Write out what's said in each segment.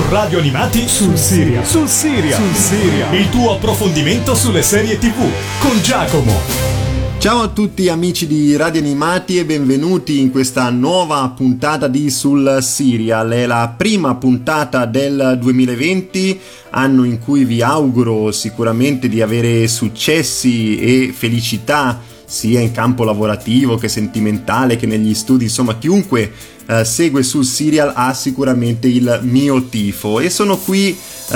Radio Animati sul Serial. Il tuo approfondimento sulle serie TV con Giacomo. Ciao a tutti amici di Radio Animati e benvenuti in questa nuova puntata di Sul Serial. È la prima puntata del 2020, anno in cui vi auguro sicuramente di avere successi e felicità sia in campo lavorativo che sentimentale che negli studi. Insomma, chiunque segue Sul Serial ha sicuramente il mio tifo, e sono qui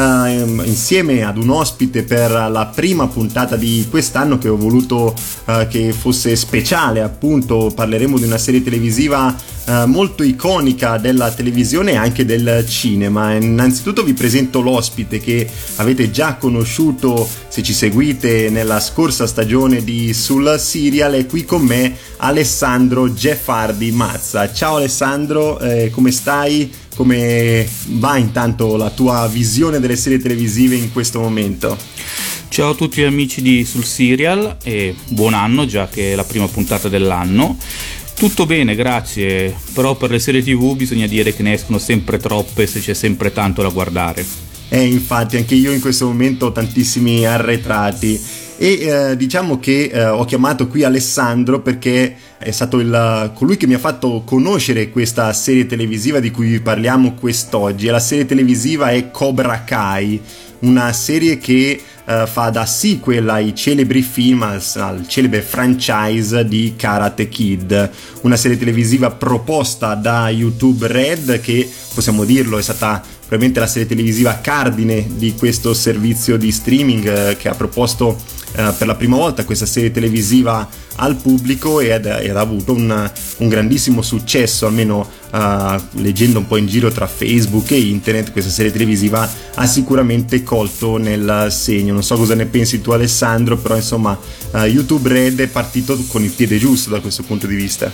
insieme ad un ospite per la prima puntata di quest'anno che ho voluto che fosse speciale. Appunto, parleremo di una serie televisiva molto iconica della televisione e anche del cinema. Innanzitutto vi presento l'ospite che avete già conosciuto se ci seguite nella scorsa stagione di Sul Serial. È qui con me Alessandro Geffardi Mazza. Ciao Alessandro, come stai? Come va intanto la tua visione delle serie televisive in questo momento? Ciao a tutti gli amici di Sul Serial e buon anno, già che è la prima puntata dell'anno. Tutto bene, grazie, però per le serie TV bisogna dire che ne escono sempre troppe se c'è sempre tanto da guardare. Infatti anche io in questo momento ho tantissimi arretrati e diciamo che ho chiamato qui Alessandro perché è stato colui che mi ha fatto conoscere questa serie televisiva di cui vi parliamo quest'oggi. La serie televisiva è Cobra Kai, una serie che fa da sequel ai celebri film, al celebre franchise di Karate Kid, una serie televisiva proposta da YouTube Red, che possiamo dirlo è stata probabilmente la serie televisiva cardine di questo servizio di streaming che ha proposto per la prima volta questa serie televisiva al pubblico ed ha avuto un grandissimo successo, almeno leggendo un po' in giro tra Facebook e internet. Questa serie televisiva ha sicuramente colto nel segno. Non so cosa ne pensi tu Alessandro, però insomma YouTube Red è partito con il piede giusto da questo punto di vista.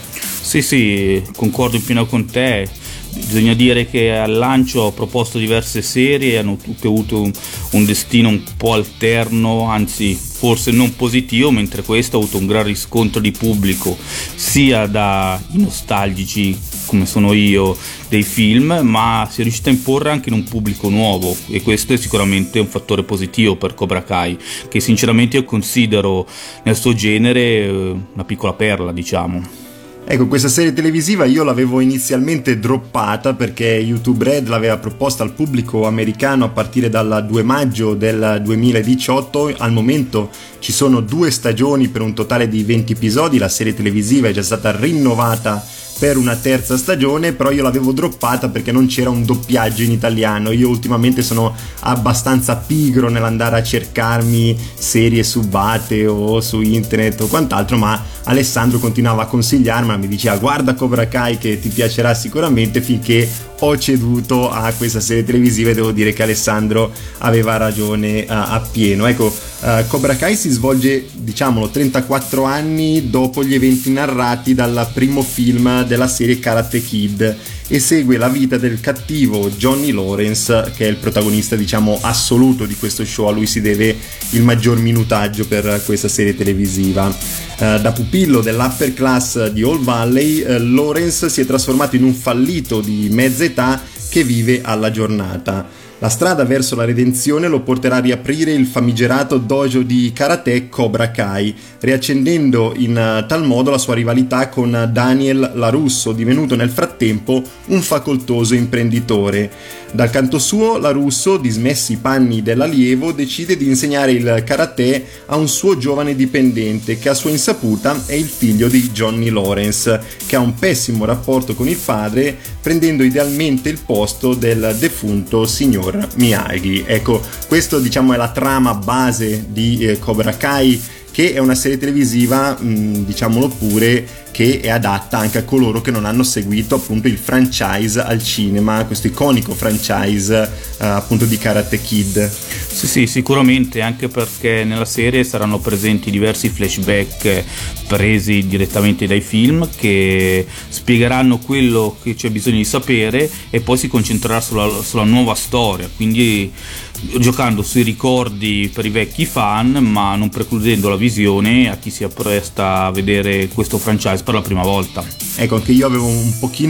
Sì, concordo in pieno con te. Bisogna dire che al lancio ho proposto diverse serie, hanno tutte avuto un destino un po' alterno, anzi forse non positivo, mentre questa ha avuto un gran riscontro di pubblico, sia dai nostalgici come sono io dei film, ma si è riuscita a imporre anche in un pubblico nuovo, e questo è sicuramente un fattore positivo per Cobra Kai, che sinceramente io considero nel suo genere una piccola perla, diciamo. Ecco, questa serie televisiva io l'avevo inizialmente droppata perché YouTube Red l'aveva proposta al pubblico americano a partire dal 2 maggio del 2018. Al momento ci sono 2 stagioni per un totale di 20 episodi, la serie televisiva è già stata rinnovata per una terza stagione, però io l'avevo droppata perché non c'era un doppiaggio in italiano. Io ultimamente sono abbastanza pigro nell'andare a cercarmi serie subate o su internet o quant'altro, ma Alessandro continuava a consigliarmi, mi diceva guarda Cobra Kai che ti piacerà sicuramente, finché ho ceduto a questa serie televisiva, e devo dire che Alessandro aveva ragione appieno. Ecco, Cobra Kai si svolge, diciamolo, 34 anni dopo gli eventi narrati dal primo film della serie Karate Kid e segue la vita del cattivo Johnny Lawrence, che è il protagonista, diciamo, assoluto di questo show. A lui si deve il maggior minutaggio per questa serie televisiva. Da pupillo dell'upper class di All Valley, Lawrence si è trasformato in un fallito di mezza età che vive alla giornata. La strada verso la redenzione lo porterà a riaprire il famigerato dojo di karate Cobra Kai, riaccendendo in tal modo la sua rivalità con Daniel LaRusso, divenuto nel frattempo un facoltoso imprenditore. Dal canto suo, LaRusso, dismessi i panni dell'allievo, decide di insegnare il karate a un suo giovane dipendente che a sua insaputa è il figlio di Johnny Lawrence, che ha un pessimo rapporto con il padre, prendendo idealmente il posto del defunto signor Miyagi. Ecco, questo diciamo è la trama base di Cobra Kai, che è una serie televisiva, diciamolo pure, che è adatta anche a coloro che non hanno seguito appunto il franchise al cinema, questo iconico franchise appunto di Karate Kid. Sì, sicuramente, anche perché nella serie saranno presenti diversi flashback presi direttamente dai film che spiegheranno quello che c'è bisogno di sapere, e poi si concentrerà sulla nuova storia, quindi giocando sui ricordi per i vecchi fan, ma non precludendo la visione a chi si appresta a vedere questo franchise per la prima volta. Ecco, anche io avevo un pochino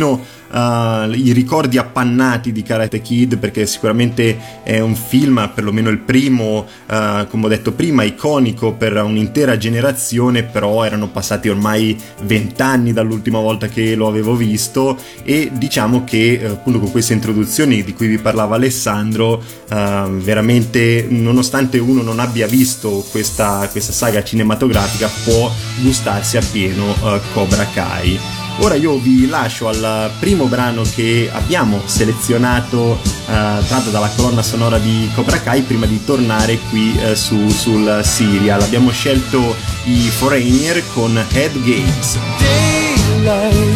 i ricordi appannati di Karate Kid, perché sicuramente è un film, perlomeno il primo, come ho detto prima, iconico per un'intera generazione, però erano passati ormai 20 anni dall'ultima volta che lo avevo visto, e diciamo che appunto con queste introduzioni di cui vi parlava Alessandro, veramente, nonostante uno non abbia visto questa saga cinematografica, può gustarsi appieno Cobra Kai. Ora io vi lascio al primo brano che abbiamo selezionato, tratto dalla colonna sonora di Cobra Kai, prima di tornare qui sul serial. Abbiamo scelto i Foreigner con Head Games. Daylight.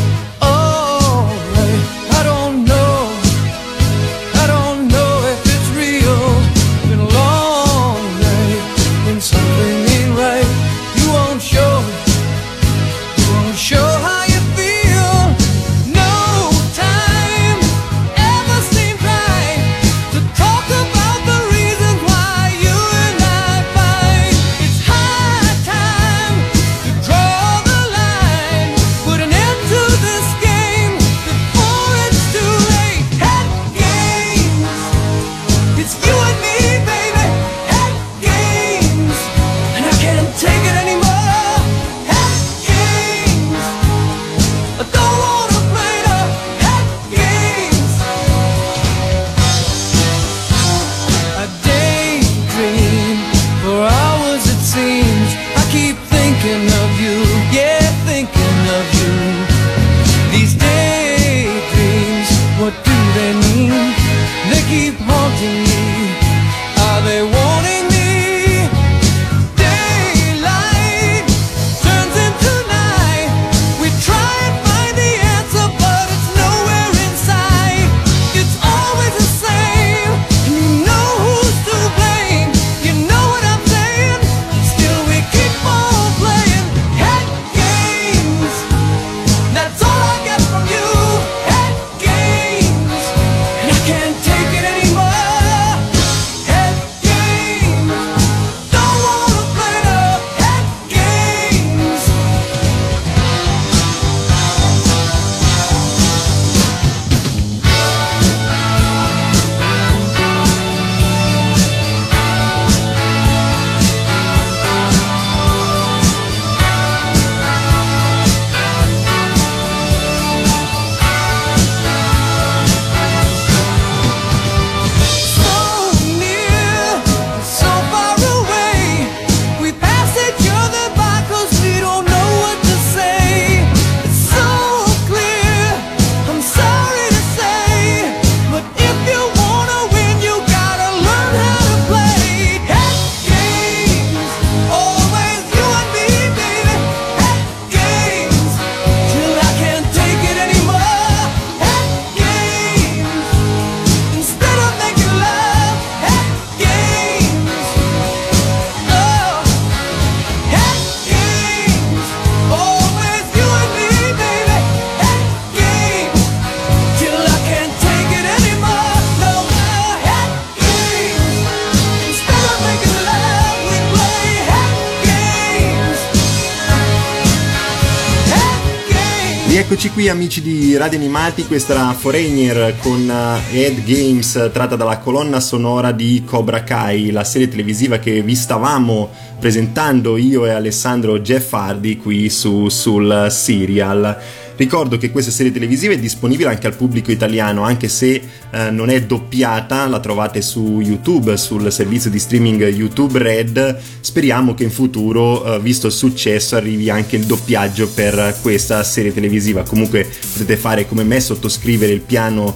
Eccoci qui amici di Radio Animati, questa era Foreigner con Head Games, tratta dalla colonna sonora di Cobra Kai, la serie televisiva che vi stavamo presentando io e Alessandro Jeff Hardy qui sul serial. Ricordo che questa serie televisiva è disponibile anche al pubblico italiano, anche se non è doppiata, la trovate su YouTube, sul servizio di streaming YouTube Red. Speriamo che in futuro, visto il successo, arrivi anche il doppiaggio per questa serie televisiva. Comunque potete fare come me, sottoscrivere il piano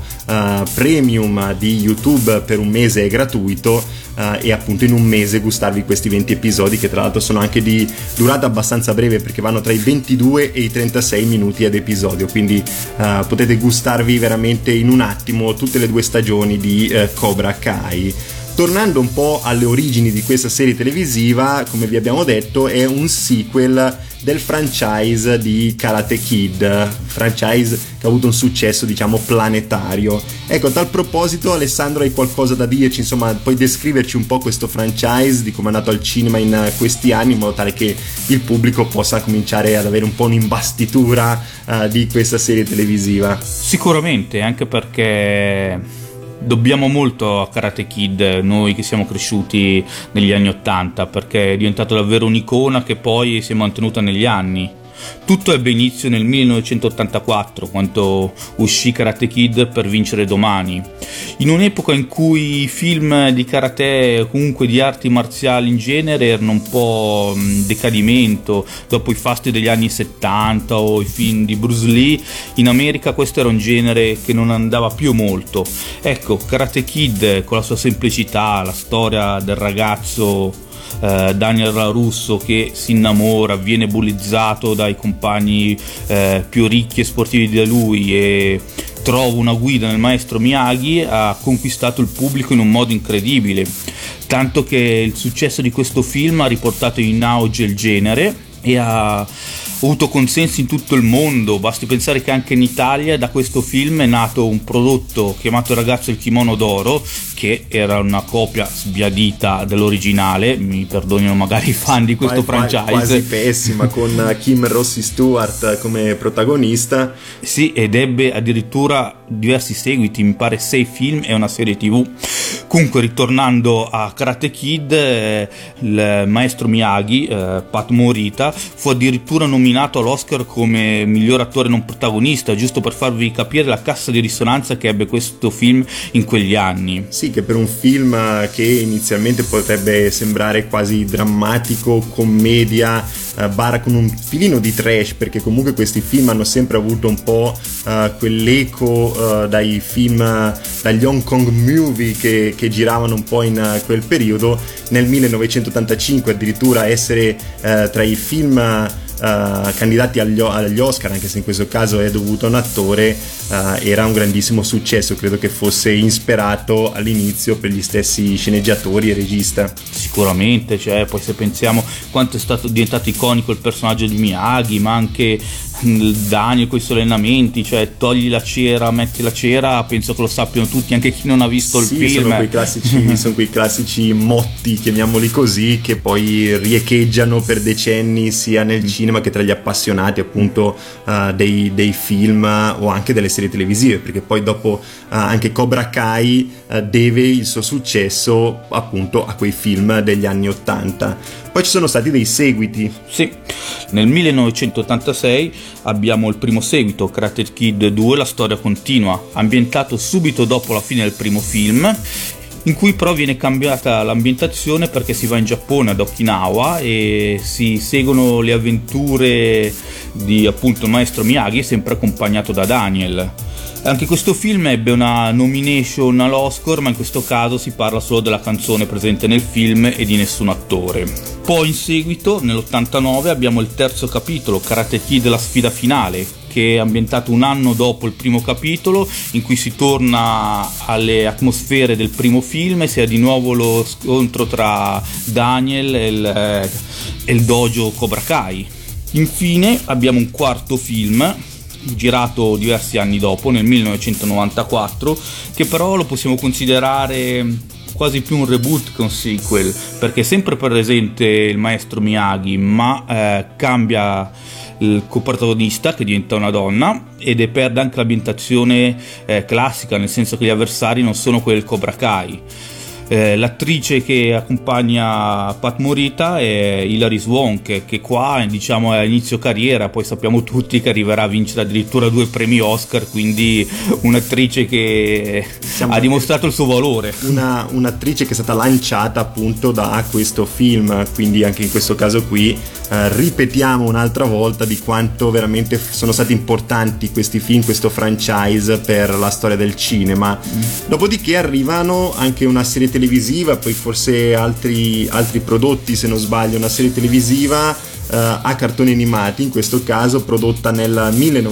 premium di YouTube per un mese, è gratuito, e appunto in un mese gustarvi questi 20 episodi, che tra l'altro sono anche di durata abbastanza breve, perché vanno tra i 22 e i 36 minuti ad episodio, quindi potete gustarvi veramente in un attimo tutte le 2 stagioni di Cobra Kai. Tornando un po' alle origini di questa serie televisiva, come vi abbiamo detto, è un sequel del franchise di Karate Kid, franchise che ha avuto un successo, diciamo, planetario. Ecco, a tal proposito, Alessandro, hai qualcosa da dirci? Insomma, puoi descriverci un po' questo franchise, di come è andato al cinema in questi anni, in modo tale che il pubblico possa cominciare ad avere un po' un'imbastitura di questa serie televisiva? Sicuramente, anche perché dobbiamo molto a Karate Kid, noi che siamo cresciuti negli anni '80, perché è diventato davvero un'icona che poi si è mantenuta negli anni. Tutto ebbe inizio nel 1984, quando uscì Karate Kid per vincere domani, in un'epoca in cui i film di karate o comunque di arti marziali in genere erano un po' in decadimento dopo i fasti degli anni 70 o i film di Bruce Lee. In America questo era un genere che non andava più molto. Ecco, Karate Kid, con la sua semplicità, la storia del ragazzo Daniel LaRusso che si innamora, viene bullizzato dai compagni più ricchi e sportivi di lui e trova una guida nel maestro Miyagi, ha conquistato il pubblico in un modo incredibile, tanto che il successo di questo film ha riportato in auge il genere e ha avuto consensi in tutto il mondo. Basti pensare che anche in Italia da questo film è nato un prodotto chiamato Il ragazzo del kimono d'oro, che era una copia sbiadita dell'originale, mi perdonino magari i fan di questo franchise, quasi pessima, con Kim Rossi Stewart come protagonista. Sì, ed ebbe addirittura diversi seguiti, mi pare 6 film e una serie TV. Comunque, ritornando a Karate Kid, il maestro Miyagi, Pat Morita, fu addirittura nominato all'Oscar come miglior attore non protagonista, giusto per farvi capire la cassa di risonanza che ebbe questo film in quegli anni. Sì, che per un film che inizialmente potrebbe sembrare quasi drammatico, commedia, barra con un filino di trash, perché comunque questi film hanno sempre avuto un po' quell'eco dai film, dagli Hong Kong movie che giravano un po' in quel periodo. Nel 1985 addirittura essere tra i film candidati agli Oscar, anche se in questo caso è dovuto a un attore, era un grandissimo successo. Credo che fosse insperato all'inizio per gli stessi sceneggiatori e regista. Sicuramente, cioè, poi se pensiamo quanto è stato diventato iconico il personaggio di Miyagi, ma anche Daniel con i suoi allenamenti, cioè togli la cera, metti la cera, penso che lo sappiano tutti, anche chi non ha visto il film. Sono quei classici motti, chiamiamoli così, che poi riecheggiano per decenni sia nel cinema che tra gli appassionati appunto dei film o anche delle serie televisive, perché poi dopo anche Cobra Kai deve il suo successo appunto a quei film degli anni '80. Poi ci sono stati dei seguiti. Sì, nel 1986 abbiamo il primo seguito, Karate Kid 2, la storia continua, ambientato subito dopo la fine del primo film, in cui però viene cambiata l'ambientazione perché si va in Giappone, ad Okinawa, e si seguono le avventure di appunto il maestro Miyagi, sempre accompagnato da Daniel. Anche questo film ebbe una nomination all'Oscar, ma in questo caso si parla solo della canzone presente nel film e di nessun attore. Poi in seguito, nell'89, abbiamo il terzo capitolo, Karate Kid la sfida finale, che è ambientato un anno dopo il primo capitolo, in cui si torna alle atmosfere del primo film e si ha di nuovo lo scontro tra Daniel e il dojo Cobra Kai. Infine abbiamo un quarto film, girato diversi anni dopo, nel 1994, che però lo possiamo considerare quasi più un reboot che un sequel, perché è sempre presente il maestro Miyagi, ma cambia il coprotagonista, che diventa una donna, ed perde anche l'ambientazione classica, nel senso che gli avversari non sono quelli del Cobra Kai. L'attrice che accompagna Pat Morita è Hilary Swank, che qua diciamo è all'inizio carriera, poi sappiamo tutti che arriverà a vincere addirittura 2 premi Oscar, quindi un'attrice che ha dimostrato il suo valore, un'attrice che è stata lanciata appunto da questo film, quindi anche in questo caso qui ripetiamo un'altra volta di quanto veramente sono stati importanti questi film, questo franchise per la storia del cinema. Dopodiché arrivano anche una serie televisiva, poi forse altri prodotti, se non sbaglio, una serie televisiva a cartoni animati, in questo caso prodotta nel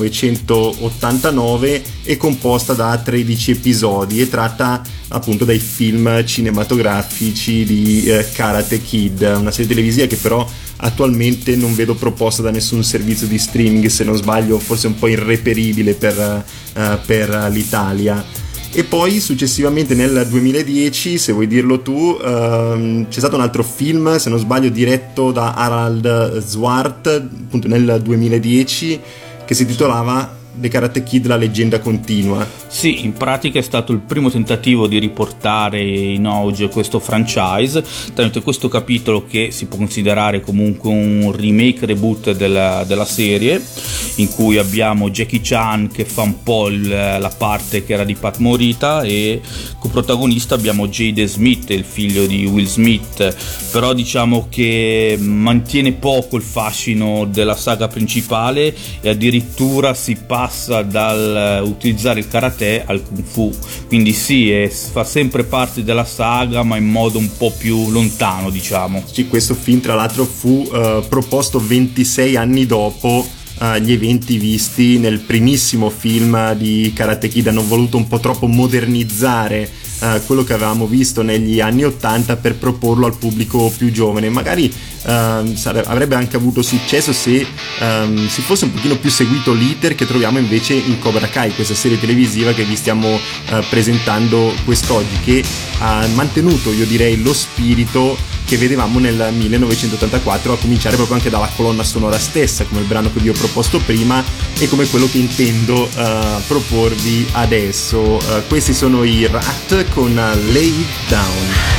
1989 e composta da 13 episodi e tratta appunto dai film cinematografici di Karate Kid, una serie televisiva che però attualmente non vedo proposta da nessun servizio di streaming, se non sbaglio forse un po' irreperibile per l'Italia. E poi successivamente nel 2010, se vuoi dirlo tu, c'è stato un altro film, se non sbaglio diretto da Harald Zwart, appunto nel 2010, che si titolava The Karate Kid, la leggenda continua. Sì, in pratica è stato il primo tentativo di riportare in auge questo franchise tramite questo capitolo che si può considerare comunque un remake reboot della serie, in cui abbiamo Jackie Chan che fa un po' la parte che era di Pat Morita, e come protagonista abbiamo Jade Smith, il figlio di Will Smith, però diciamo che mantiene poco il fascino della saga principale e addirittura si passa dal utilizzare il karate al kung fu, quindi sì, fa sempre parte della saga ma in modo un po' più lontano, diciamo. Sì, questo film tra l'altro fu proposto 26 anni dopo gli eventi visti nel primissimo film di Karate Kid. Hanno voluto un po' troppo modernizzare quello che avevamo visto negli anni 80 per proporlo al pubblico più giovane. Magari avrebbe anche avuto successo se si fosse un pochino più seguito l'iter che troviamo invece in Cobra Kai, questa serie televisiva che vi stiamo presentando quest'oggi, che ha mantenuto, io direi, lo spirito che vedevamo nel 1984, a cominciare proprio anche dalla colonna sonora stessa, come il brano che vi ho proposto prima e come quello che intendo proporvi adesso. Questi sono i Rat con Lay It Down.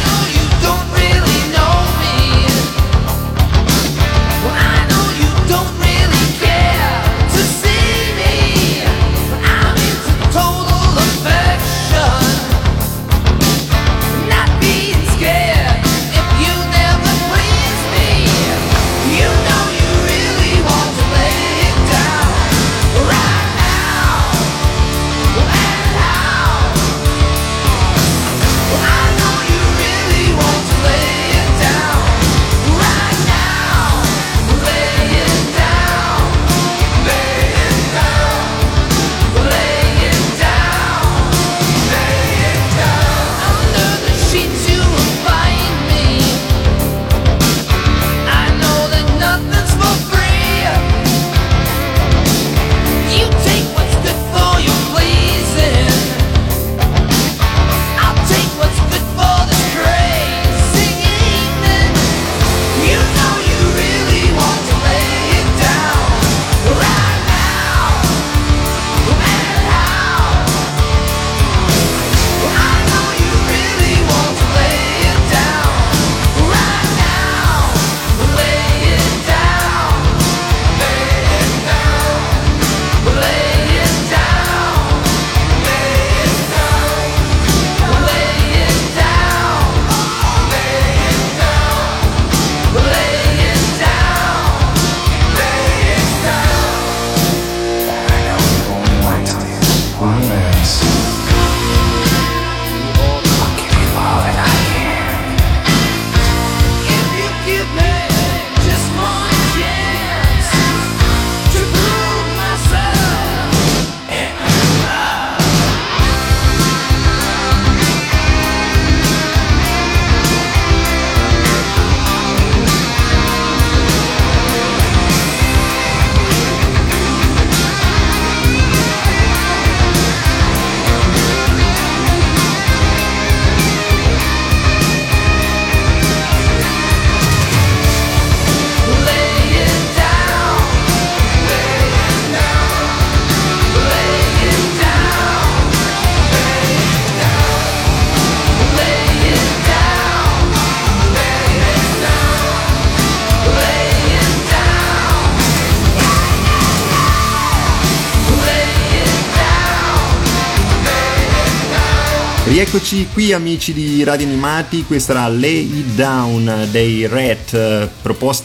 Rieccoci qui amici di Radio Animati, questa era Lay It Down dei Rat, proposta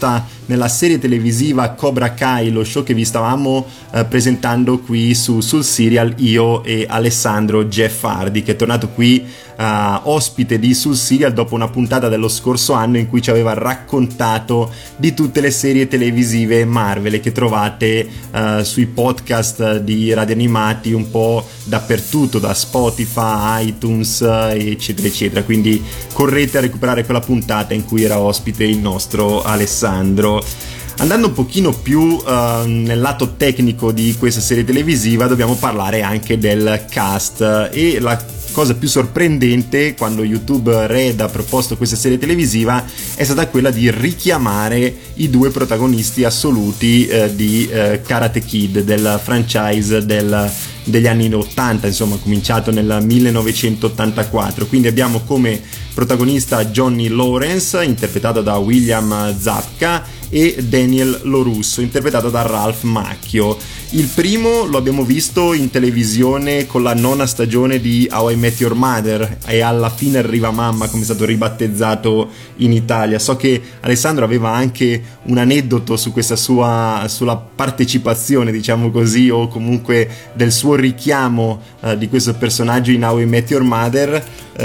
nella serie televisiva Cobra Kai, lo show che vi stavamo presentando qui sul Serial, io e Alessandro Jeff Hardy, che è tornato qui ospite di Sul Serial dopo una puntata dello scorso anno in cui ci aveva raccontato di tutte le serie televisive Marvel che trovate sui podcast di Radio Animati un po' dappertutto, da Spotify, iTunes, eccetera eccetera, quindi correte a recuperare quella puntata in cui era ospite il nostro Alessandro. Andando un pochino più nel lato tecnico di questa serie televisiva, dobbiamo parlare anche del cast, e la cosa più sorprendente quando YouTube Red ha proposto questa serie televisiva è stata quella di richiamare i due protagonisti assoluti di Karate Kid, del franchise degli anni 80, insomma cominciato nel 1984. Quindi abbiamo come protagonista Johnny Lawrence, interpretato da William Zabka, e Daniel LaRusso, interpretato da Ralph Macchio. Il primo lo abbiamo visto in televisione con la 9ª stagione di How I Met Your Mother, e alla fine arriva mamma, come è stato ribattezzato in Italia. So che Alessandro aveva anche un aneddoto su questa sulla partecipazione, diciamo così, o comunque del suo richiamo di questo personaggio in How I Met Your Mother.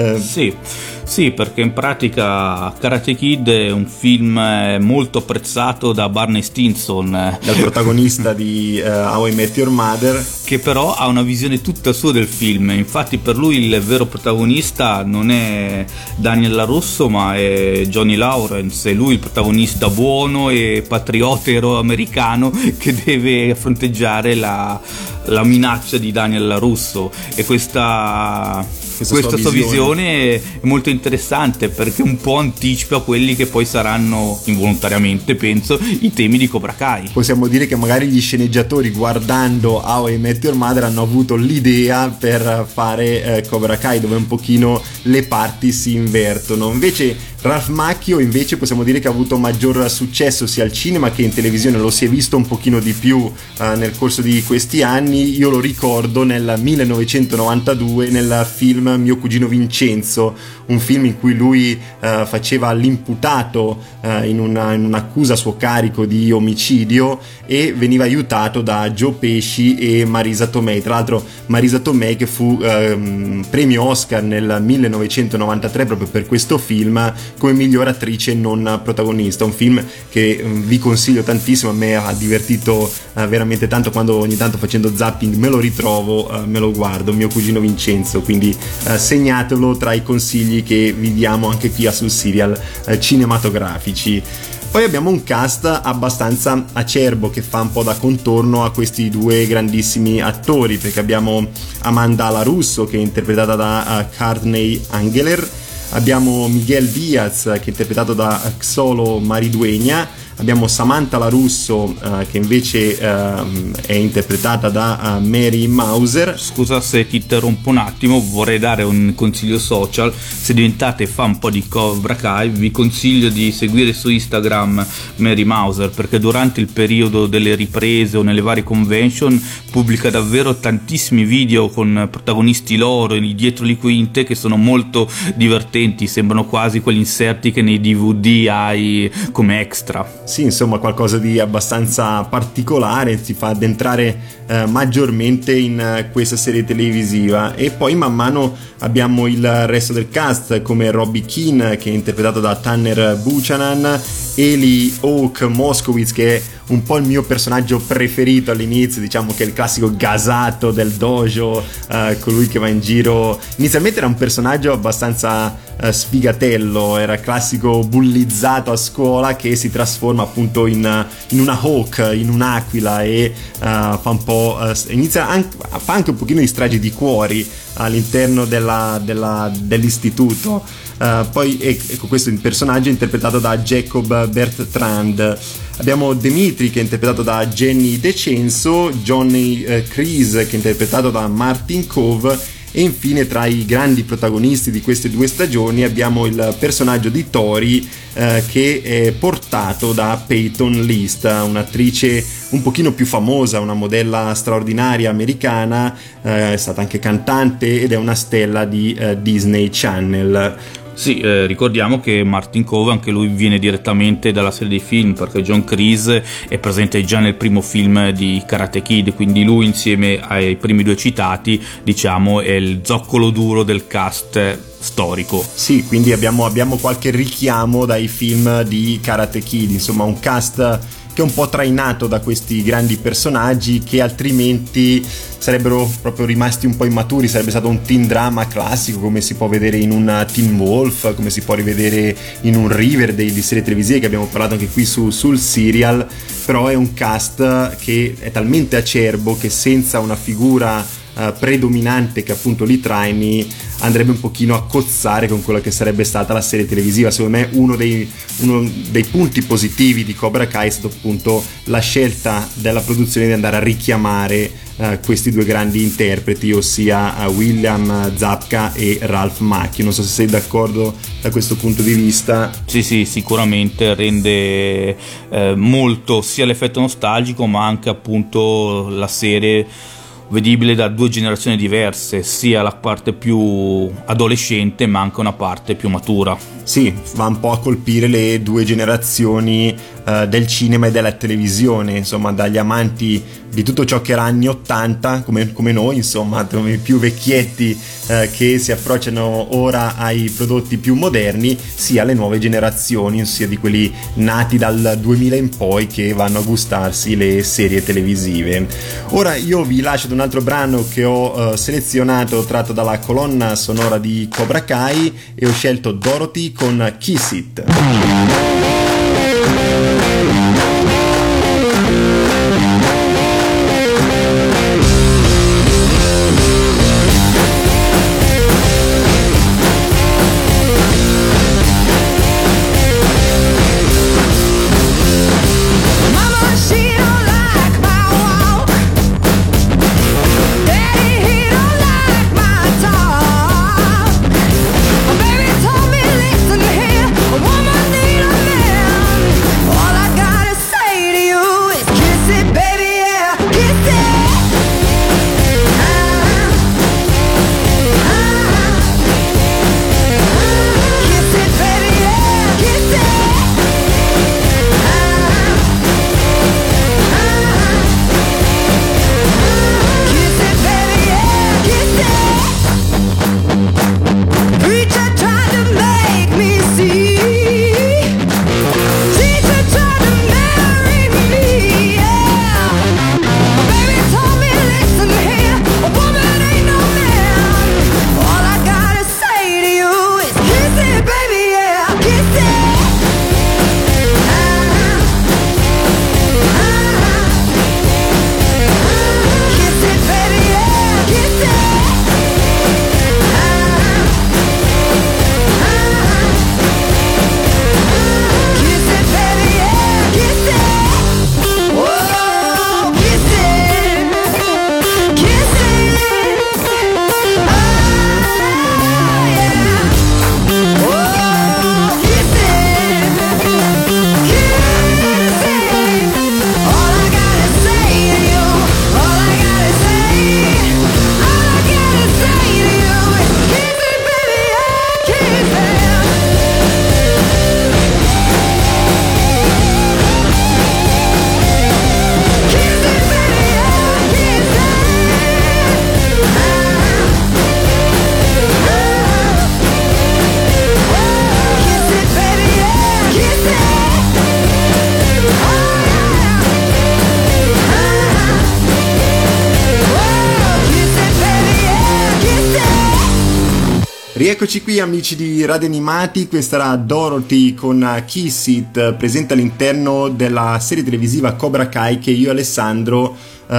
Sì, perché in pratica Karate Kid è un film molto apprezzato da Barney Stinson, dal protagonista di How I Met Your Mother, che però ha una visione tutta sua del film. Infatti per lui il vero protagonista non è Daniel LaRusso, ma è Johnny Lawrence. È lui il protagonista buono e patriotero americano che deve fronteggiare la minaccia di Daniel LaRusso, e questa sua visione è molto interessante, perché un po' anticipa quelli che poi saranno, involontariamente penso, i temi di Cobra Kai. Possiamo dire che magari gli sceneggiatori, guardando How I Met Your Mother, hanno avuto l'idea per fare Cobra Kai, dove un pochino le parti si invertono. Invece Ralph Macchio possiamo dire che ha avuto maggior successo sia al cinema che in televisione, lo si è visto un pochino di più nel corso di questi anni. Io lo ricordo nel 1992 nel film Mio cugino Vincenzo, un film in cui lui faceva l'imputato in un'accusa a suo carico di omicidio, e veniva aiutato da Joe Pesci e Marisa Tomei. Tra l'altro Marisa Tomei che fu premio Oscar nel 1993 proprio per questo film come miglior attrice non protagonista. Un film che vi consiglio tantissimo, a me ha divertito veramente tanto, quando ogni tanto facendo zapping me lo ritrovo, me lo guardo, Mio cugino Vincenzo, quindi segnatelo tra i consigli che vi diamo anche qui a Sul Serial cinematografici. Poi abbiamo un cast abbastanza acerbo che fa un po' da contorno a questi due grandissimi attori, perché abbiamo Amanda LaRusso, che è interpretata da Courtney Angeler, abbiamo Miguel Diaz, che è interpretato da Xolo Maridueña, abbiamo Samantha LaRusso, che invece è interpretata da Mary Mauser. Scusa se ti interrompo un attimo, vorrei dare un consiglio social. Se diventate fan un po' di Cobra Kai, vi consiglio di seguire su Instagram Mary Mauser, perché durante il periodo delle riprese o nelle varie convention pubblica davvero tantissimi video con protagonisti loro dietro le quinte, che sono molto divertenti, sembrano quasi quegli inserti che nei DVD hai come extra. Sì, insomma qualcosa di abbastanza particolare, si fa addentrare maggiormente in questa serie televisiva. E poi man mano abbiamo il resto del cast, come Robbie Keane, che è interpretato da Tanner Buchanan, Eli Hawk Moskowitz, che è un po' il mio personaggio preferito all'inizio, diciamo che è il classico gasato del dojo, colui che va in giro. Inizialmente era un personaggio abbastanza sfigatello, era il classico bullizzato a scuola che si trasforma appunto in una hawk, in un'aquila, e fa un po' fa anche un pochino di stragi di cuori all'interno dell'istituto. Poi ecco, questo è il personaggio interpretato da Jacob Bertrand. Abbiamo Dimitri, che è interpretato da Jenny DeCenso, Johnny Creese, che è interpretato da Martin Cove, e infine tra i grandi protagonisti di queste due stagioni abbiamo il personaggio di Tori, che è portato da Peyton List, un'attrice un pochino più famosa, una modella straordinaria americana, è stata anche cantante ed è una stella di Disney Channel. Sì, ricordiamo che Martin Kove anche lui viene direttamente dalla serie dei film, perché John Kreese è presente già nel primo film di Karate Kid, quindi lui insieme ai primi due citati diciamo è il zoccolo duro del cast storico. Sì, quindi abbiamo qualche richiamo dai film di Karate Kid, insomma un cast che è un po' trainato da questi grandi personaggi che altrimenti sarebbero proprio rimasti un po' immaturi, sarebbe stato un teen drama classico come si può vedere in un Teen Wolf, come si può rivedere in un Riverdale di serie televisive che abbiamo parlato anche qui sul serial, però è un cast che è talmente acerbo che senza una figura predominante che appunto li traini andrebbe un pochino a cozzare con quella che sarebbe stata la serie televisiva. Secondo me uno dei punti positivi di Cobra Kai è stato appunto la scelta della produzione di andare a richiamare questi due grandi interpreti, ossia William Zabka e Ralph Macchio. Non so se sei d'accordo da questo punto di vista. Sì, sicuramente rende molto sia l'effetto nostalgico ma anche appunto la serie vedibile da due generazioni diverse, sia la parte più adolescente ma anche una parte più matura. Sì, va un po' a colpire le due generazioni del cinema e della televisione, insomma dagli amanti di tutto ciò che era anni 80 come noi, insomma i più vecchietti che si approcciano ora ai prodotti più moderni, sia le nuove generazioni, ossia di quelli nati dal 2000 in poi che vanno a gustarsi le serie televisive. Ora io vi lascio ad un altro brano che ho selezionato tratto dalla colonna sonora di Cobra Kai e ho scelto Dorothy con Kiss It. Rieccoci qui amici di Radio Animati, questa era Dorothy con Kiss It, presente all'interno della serie televisiva Cobra Kai che io e Alessandro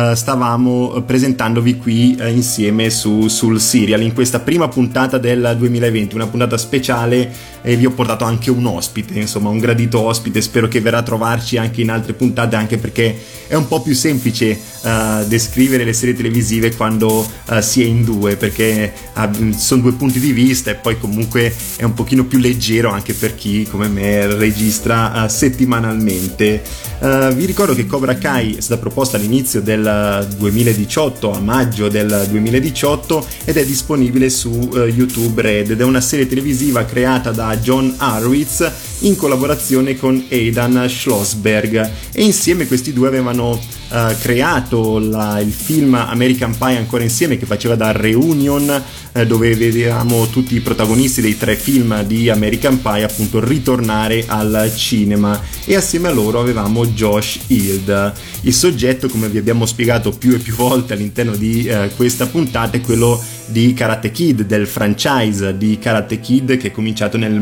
stavamo presentandovi qui insieme sul serial in questa prima puntata del 2020, una puntata speciale, e vi ho portato anche un ospite, insomma un gradito ospite, spero che verrà a trovarci anche in altre puntate, anche perché è un po' più semplice descrivere le serie televisive quando si è in due, perché sono due punti di vista e poi comunque è un pochino più leggero anche per chi come me registra settimanalmente. Vi ricordo che Cobra Kai è stata proposta all'inizio del del 2018, a maggio del 2018, ed è disponibile su YouTube Red, ed è una serie televisiva creata da John Horowitz in collaborazione con Aidan Schlossberg, e insieme questi due avevano creato il film American Pie ancora insieme, che faceva da reunion, dove vedevamo tutti i protagonisti dei 3 film di American Pie appunto ritornare al cinema, e assieme a loro avevamo Josh Hild. Il soggetto, come vi abbiamo spiegato più e più volte all'interno di questa puntata, è quello di Karate Kid, del franchise di Karate Kid che è cominciato nel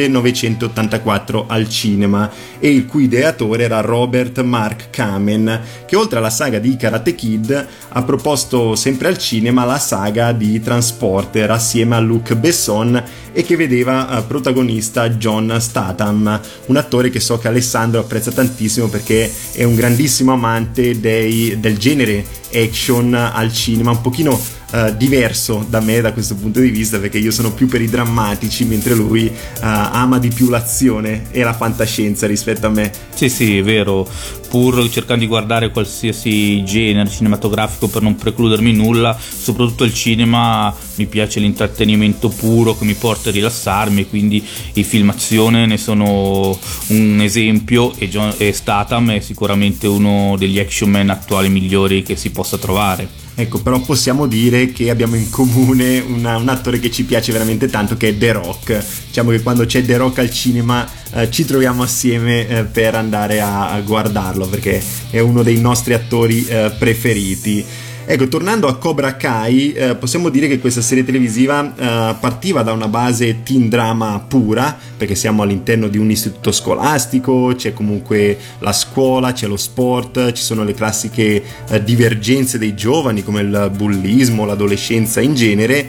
1984 al cinema, e il cui ideatore era Robert Mark Kamen, che oltre alla saga di Karate Kid ha proposto sempre al cinema la saga di Transporter assieme a Luc Besson, e che vedeva protagonista John Statham, un attore che so che Alessandro apprezza tantissimo perché è un grandissimo amante del genere action al cinema, un pochino diverso da me da questo punto di vista, perché io sono più per i drammatici, mentre lui ama di più l'azione e la fantascienza rispetto a me. Sì, è vero, pur cercando di guardare qualsiasi genere cinematografico per non precludermi nulla, soprattutto il cinema mi piace l'intrattenimento puro che mi porta a rilassarmi, quindi i film azione ne sono un esempio, e Statham è sicuramente uno degli action man attuali migliori che si possa trovare. Ecco, però possiamo dire che abbiamo in comune un attore che ci piace veramente tanto, che è The Rock. Diciamo che quando c'è The Rock al cinema ci troviamo assieme per andare a guardarlo, perché è uno dei nostri attori preferiti. Ecco, tornando a Cobra Kai, possiamo dire che questa serie televisiva partiva da una base teen drama pura, perché siamo all'interno di un istituto scolastico, c'è comunque la scuola, c'è lo sport, ci sono le classiche divergenze dei giovani come il bullismo, l'adolescenza in genere,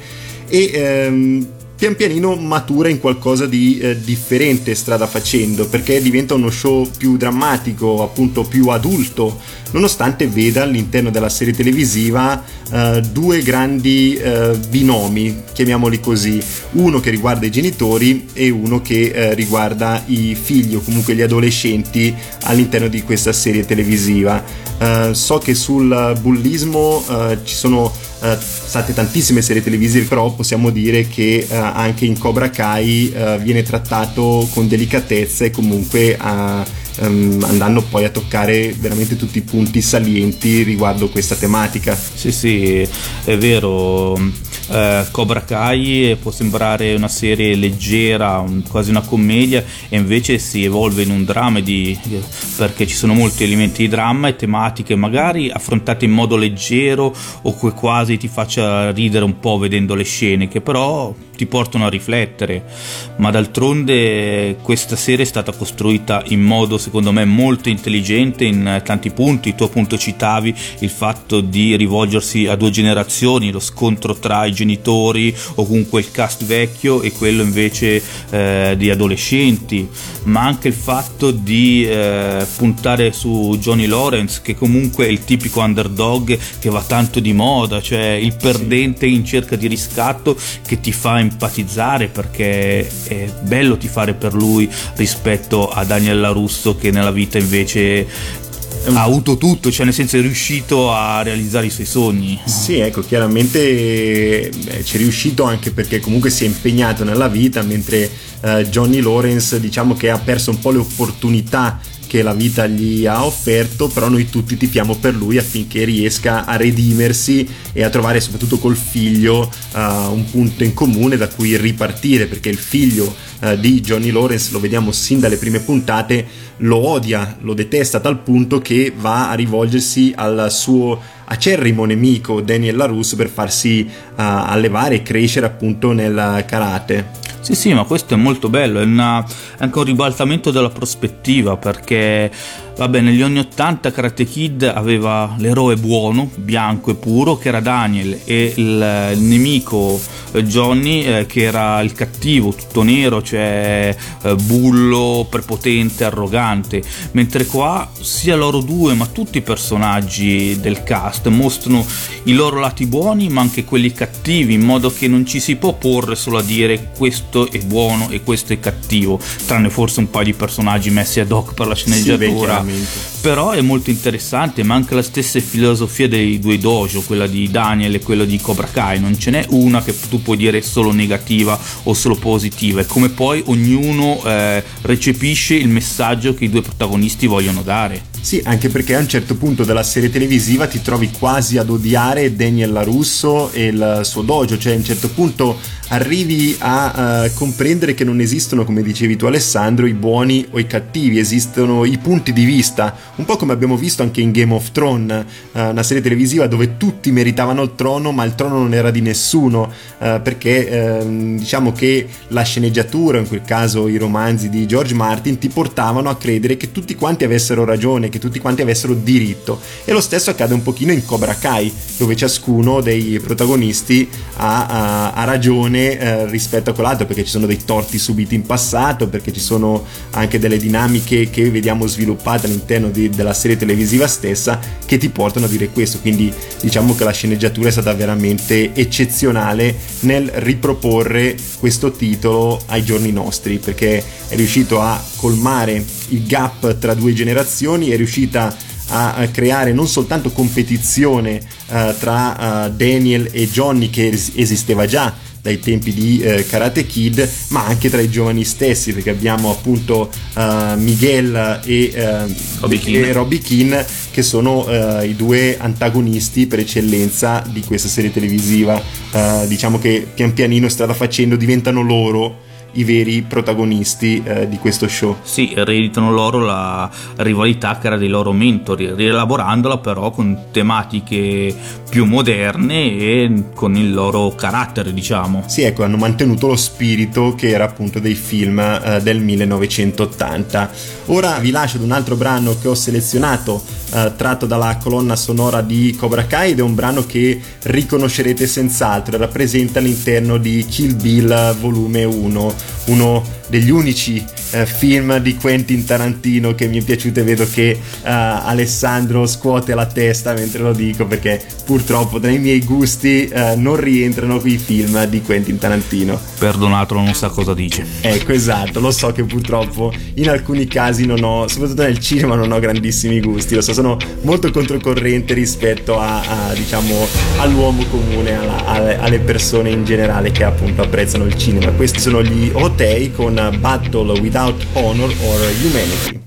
e pian pianino matura in qualcosa di differente strada facendo, perché diventa uno show più drammatico, appunto più adulto, nonostante veda all'interno della serie televisiva 2 grandi binomi, chiamiamoli così, uno che riguarda i genitori e uno che riguarda i figli o comunque gli adolescenti all'interno di questa serie televisiva. So che sul bullismo ci sono state tantissime serie televisive, però possiamo dire che anche in Cobra Kai viene trattato con delicatezza e comunque andando poi a toccare veramente tutti i punti salienti riguardo questa tematica. Sì, è vero. Cobra Kai può sembrare una serie leggera, quasi una commedia, e invece si evolve in un dramma perché ci sono molti elementi di dramma e tematiche magari affrontate in modo leggero o che quasi ti faccia ridere un po' vedendo le scene, che però ti portano a riflettere. Ma d'altronde questa serie è stata costruita in modo secondo me molto intelligente in tanti punti. Tu appunto citavi il fatto di rivolgersi a 2 generazioni, lo scontro tra i genitori o comunque il cast vecchio e quello invece di adolescenti, ma anche il fatto di puntare su Johnny Lawrence, che comunque è il tipico underdog che va tanto di moda, cioè il perdente in cerca di riscatto, che ti fa empatizzare perché è bello tifare per lui rispetto a Daniel LaRusso, che nella vita invece ha avuto tutto, cioè nel senso è riuscito a realizzare i suoi sogni. Sì, ecco, chiaramente ci è riuscito anche perché comunque si è impegnato nella vita, mentre Johnny Lawrence diciamo che ha perso un po' le opportunità che la vita gli ha offerto, però noi tutti tifiamo per lui affinché riesca a redimersi e a trovare soprattutto col figlio un punto in comune da cui ripartire, perché il figlio di Johnny Lawrence, lo vediamo sin dalle prime puntate, lo odia, lo detesta a tal punto che va a rivolgersi al suo acerrimo nemico Daniel LaRusso per farsi allevare e crescere appunto nel karate. Sì, ma questo è molto bello, è anche un ribaltamento della prospettiva, perché vabbè, negli anni 80 Karate Kid aveva l'eroe buono, bianco e puro, che era Daniel, e il nemico Johnny che era il cattivo, tutto nero, cioè bullo, prepotente, arrogante, mentre qua sia loro due ma tutti i personaggi del cast mostrano i loro lati buoni ma anche quelli cattivi, in modo che non ci si può porre solo a dire questo è buono e questo è cattivo, tranne forse un paio di personaggi messi ad hoc per la sceneggiatura. Sì, però è molto interessante, ma anche la stessa filosofia dei due dojo, quella di Daniel e quella di Cobra Kai, non ce n'è una che tu puoi dire solo negativa o solo positiva, è come poi ognuno recepisce il messaggio che i due protagonisti vogliono dare. Sì, anche perché a un certo punto della serie televisiva ti trovi quasi ad odiare Daniel LaRusso e il suo dojo, cioè a un certo punto arrivi a comprendere che non esistono, come dicevi tu Alessandro, i buoni o i cattivi, esistono i punti di vista, un po' come abbiamo visto anche in Game of Thrones, una serie televisiva dove tutti meritavano il trono ma il trono non era di nessuno, perché diciamo che la sceneggiatura, in quel caso i romanzi di George Martin, ti portavano a credere che tutti quanti avessero ragione, che tutti quanti avessero diritto, e lo stesso accade un pochino in Cobra Kai, dove ciascuno dei protagonisti ha ragione rispetto a quell'altro, perché ci sono dei torti subiti in passato, perché ci sono anche delle dinamiche che vediamo sviluppate all'interno della serie televisiva stessa che ti portano a dire questo. Quindi diciamo che la sceneggiatura è stata veramente eccezionale nel riproporre questo titolo ai giorni nostri, perché è riuscito a colmare il gap tra due generazioni, è riuscita a creare non soltanto competizione tra Daniel e Johnny, che esisteva già dai tempi di Karate Kid, ma anche tra i giovani stessi, perché abbiamo appunto Miguel e Robbie Keane, che sono i due antagonisti per eccellenza di questa serie televisiva. Diciamo che pian pianino, strada facendo, diventano loro i veri protagonisti di questo show. Sì, ereditano loro la rivalità che era dei loro mentori, rielaborandola però con tematiche più moderne e con il loro carattere, diciamo. Sì, ecco, hanno mantenuto lo spirito che era appunto dei film del 1980. Ora vi lascio ad un altro brano che ho selezionato, tratto dalla colonna sonora di Cobra Kai, ed è un brano che riconoscerete senz'altro, rappresenta all'interno di Kill Bill volume 1, uno degli unici film di Quentin Tarantino che mi è piaciuto, e vedo che Alessandro scuote la testa mentre lo dico, perché purtroppo tra i miei gusti non rientrano quei film di Quentin Tarantino. Perdonatelo, non sa cosa dice. Ecco, esatto, lo so che purtroppo in alcuni casi non ho, soprattutto nel cinema, non ho grandissimi gusti, lo so, sono molto controcorrente rispetto a diciamo all'uomo comune, alle persone in generale che appunto apprezzano il cinema. Questi sono gli Otei con Battle Without Honor or Humanity.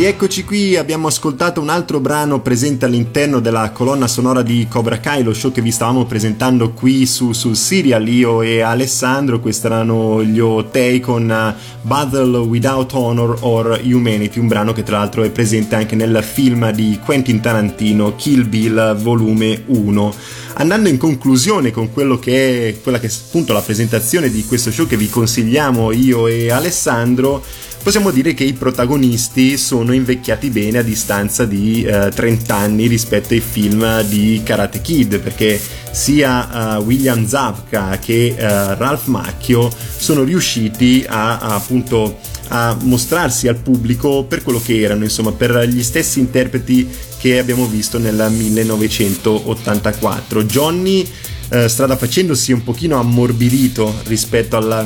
Rieccoci qui, abbiamo ascoltato un altro brano presente all'interno della colonna sonora di Cobra Kai, lo show che vi stavamo presentando qui sul Serial, io e Alessandro. Questi erano gli Otei con Battle Without Honor or Humanity, un brano che tra l'altro è presente anche nel film di Quentin Tarantino, Kill Bill volume 1. Andando in conclusione con quella che è appunto la presentazione di questo show che vi consigliamo io e Alessandro, possiamo dire che i protagonisti sono invecchiati bene a distanza di 30 anni rispetto ai film di Karate Kid, perché sia William Zabka che Ralph Macchio sono riusciti appunto a mostrarsi al pubblico per quello che erano, insomma, per gli stessi interpreti che abbiamo visto nel 1984. Johnny strada facendosi un pochino ammorbidito rispetto al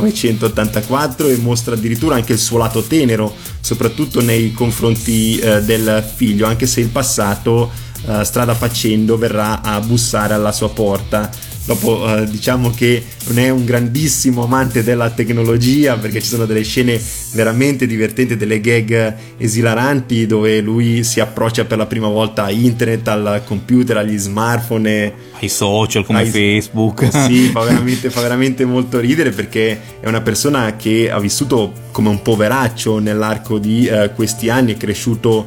1984 e mostra addirittura anche il suo lato tenero, soprattutto nei confronti del figlio, anche se il passato strada facendo verrà a bussare alla sua porta. Dopo diciamo che non è un grandissimo amante della tecnologia, perché ci sono delle scene veramente divertenti, delle gag esilaranti dove lui si approccia per la prima volta a internet, al computer, agli smartphone, ai social come Facebook. Sì, fa veramente molto ridere, perché è una persona che ha vissuto come un poveraccio nell'arco di questi anni, è cresciuto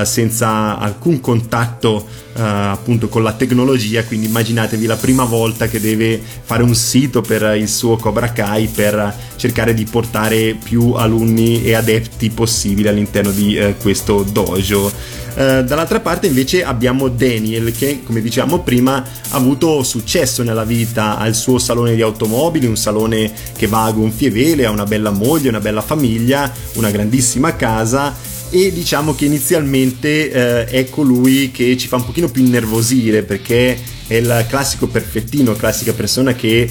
senza alcun contatto appunto con la tecnologia, quindi immaginatevi la prima volta che deve fare un sito per il suo Cobra Kai per cercare di portare più alunni e adepti possibili all'interno di questo dojo. Dall'altra parte invece abbiamo Daniel, che come dicevamo prima ha avuto successo nella vita, ha il suo salone di automobili, un salone che va a gonfie vele, ha una bella moglie, una bella famiglia, una grandissima casa, e diciamo che inizialmente è colui che ci fa un pochino più innervosire, perché è il classico perfettino, classica persona che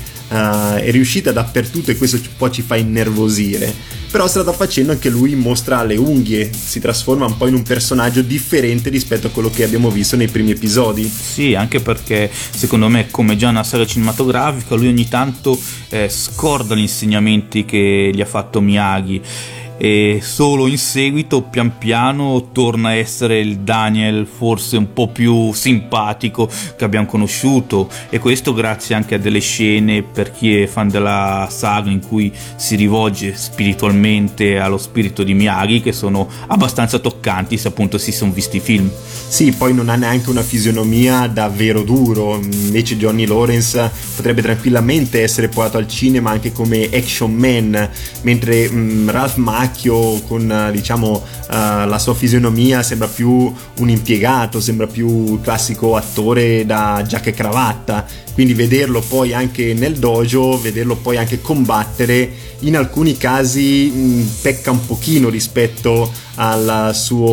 è riuscita dappertutto, e questo un po' ci fa innervosire. Però strada facendo anche lui mostra le unghie, si trasforma un po' in un personaggio differente rispetto a quello che abbiamo visto nei primi episodi. Sì, anche perché secondo me, come già una saga cinematografica, lui ogni tanto scorda gli insegnamenti che gli ha fatto Miyagi, e solo in seguito pian piano torna a essere il Daniel forse un po' più simpatico che abbiamo conosciuto, e questo grazie anche a delle scene, per chi è fan della saga, in cui si rivolge spiritualmente allo spirito di Miyagi, che sono abbastanza toccanti se appunto si sono visti i film. Sì, poi non ha neanche una fisionomia davvero duro, invece Johnny Lawrence potrebbe tranquillamente essere portato al cinema anche come action man, mentre Ralph Macchio con diciamo la sua fisionomia sembra più un impiegato, sembra più il classico attore da giacca e cravatta. Quindi vederlo poi anche nel dojo, vederlo poi anche combattere, in alcuni casi pecca un pochino rispetto al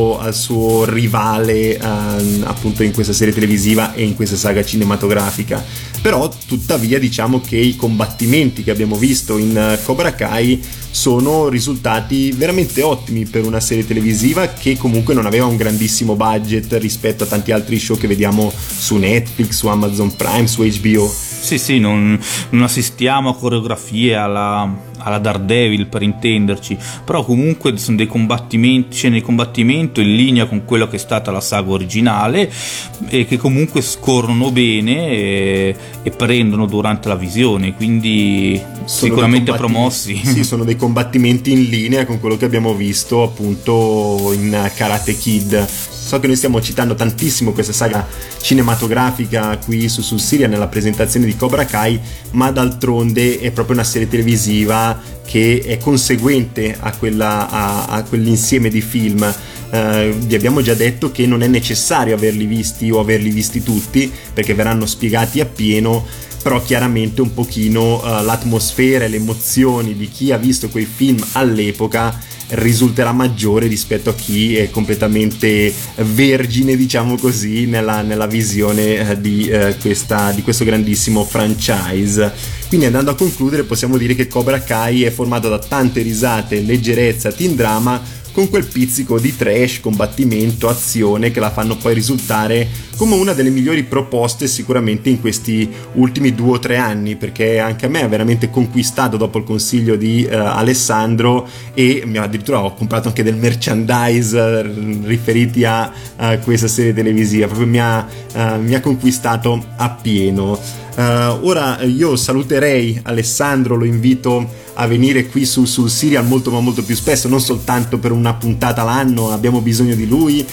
suo rivale appunto in questa serie televisiva e in questa saga cinematografica. Però tuttavia diciamo che i combattimenti che abbiamo visto in Cobra Kai sono risultati veramente ottimi per una serie televisiva che comunque non aveva un grandissimo budget rispetto a tanti altri show che vediamo su Netflix, su Amazon Prime, su HBO. Sì, non assistiamo a coreografie alla Daredevil, per intenderci, però comunque sono dei combattimenti, scene di combattimento in linea con quello che è stata la saga originale, e che comunque scorrono bene e prendono durante la visione, quindi sono sicuramente promossi. Sì, sono dei combattimenti in linea con quello che abbiamo visto appunto in Karate Kid. So che noi stiamo citando tantissimo questa saga cinematografica qui su Serial nella presentazione di Cobra Kai, ma d'altronde è proprio una serie televisiva che è conseguente a quell'insieme di film. Vi abbiamo già detto che non è necessario averli visti o averli visti tutti, perché verranno spiegati appieno, però chiaramente un pochino l'atmosfera e le emozioni di chi ha visto quei film all'epoca risulterà maggiore rispetto a chi è completamente vergine, diciamo così, nella visione di questo grandissimo franchise. Quindi, andando a concludere, possiamo dire che Cobra Kai è formato da tante risate, leggerezza, teen drama, con quel pizzico di trash, combattimento, azione che la fanno poi risultare come una delle migliori proposte sicuramente in questi ultimi 2 o 3 anni, perché anche a me ha veramente conquistato dopo il consiglio di Alessandro, e addirittura ho comprato anche del merchandise riferiti a questa serie televisiva, proprio mi ha conquistato appieno. Ora io saluterei Alessandro, lo invito a venire qui sul Serial molto ma molto più spesso, non soltanto per una puntata l'anno, abbiamo bisogno di lui,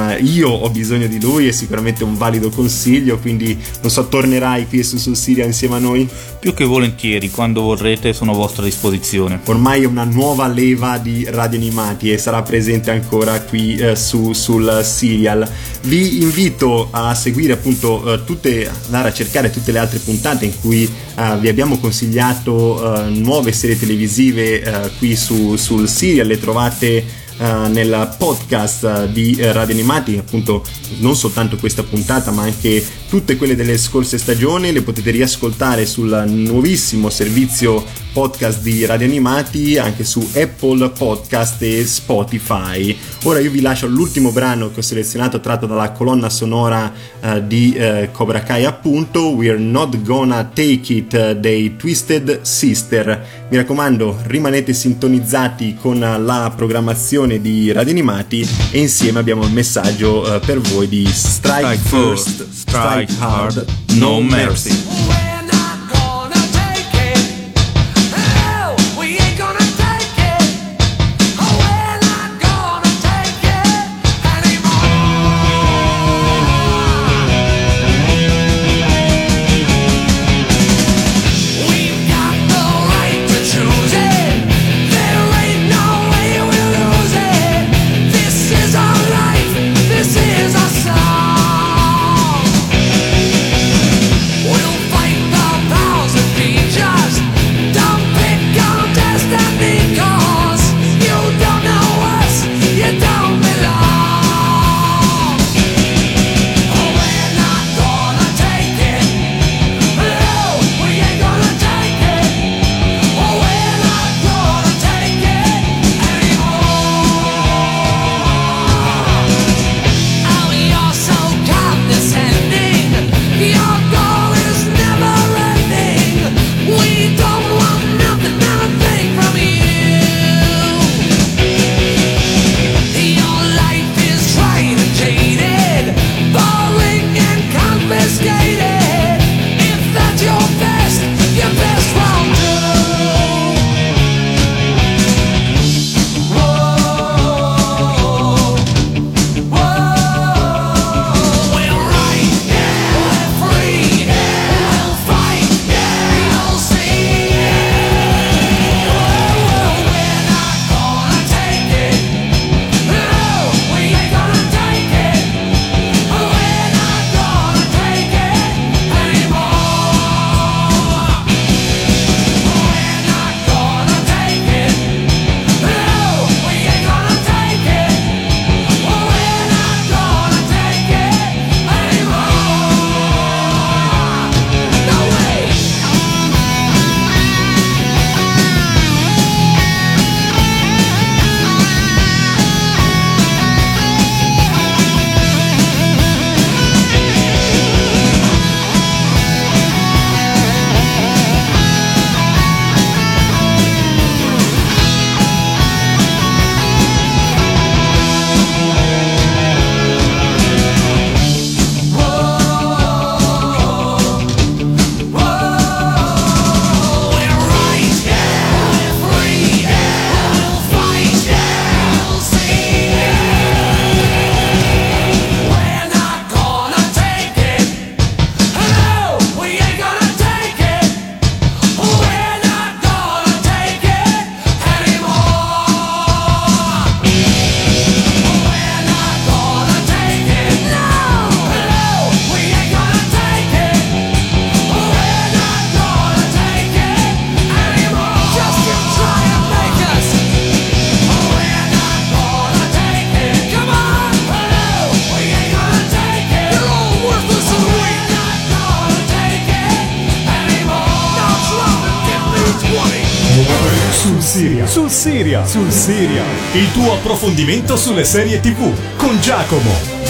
io ho bisogno di lui, è sicuramente un valido consiglio, quindi non so, tornerai qui sul Serial insieme a noi? Più che volentieri, quando vorrete sono a vostra disposizione. Ormai è una nuova leva di Radio Animati e sarà presente ancora qui sul Serial. Vi invito a seguire appunto andare a cercare tutte le altre puntate in cui vi abbiamo consigliato nuove serie televisive qui sul Serial. Le trovate nel podcast di Radio Animati, appunto non soltanto questa puntata ma anche tutte quelle delle scorse stagioni le potete riascoltare sul nuovissimo servizio podcast di Radio Animati, anche su Apple Podcast e Spotify. Ora io vi lascio l'ultimo brano che ho selezionato, tratto dalla colonna sonora di Cobra Kai, appunto We're Not Gonna Take It dei Twisted Sister. Mi raccomando, rimanete sintonizzati con la programmazizione di Radio Animati e insieme abbiamo il messaggio per voi di Strike First, Strike Hard, No Mercy. Fight Siria, sul Siria, sul Siria. Il tuo approfondimento sulle serie TV con Giacomo.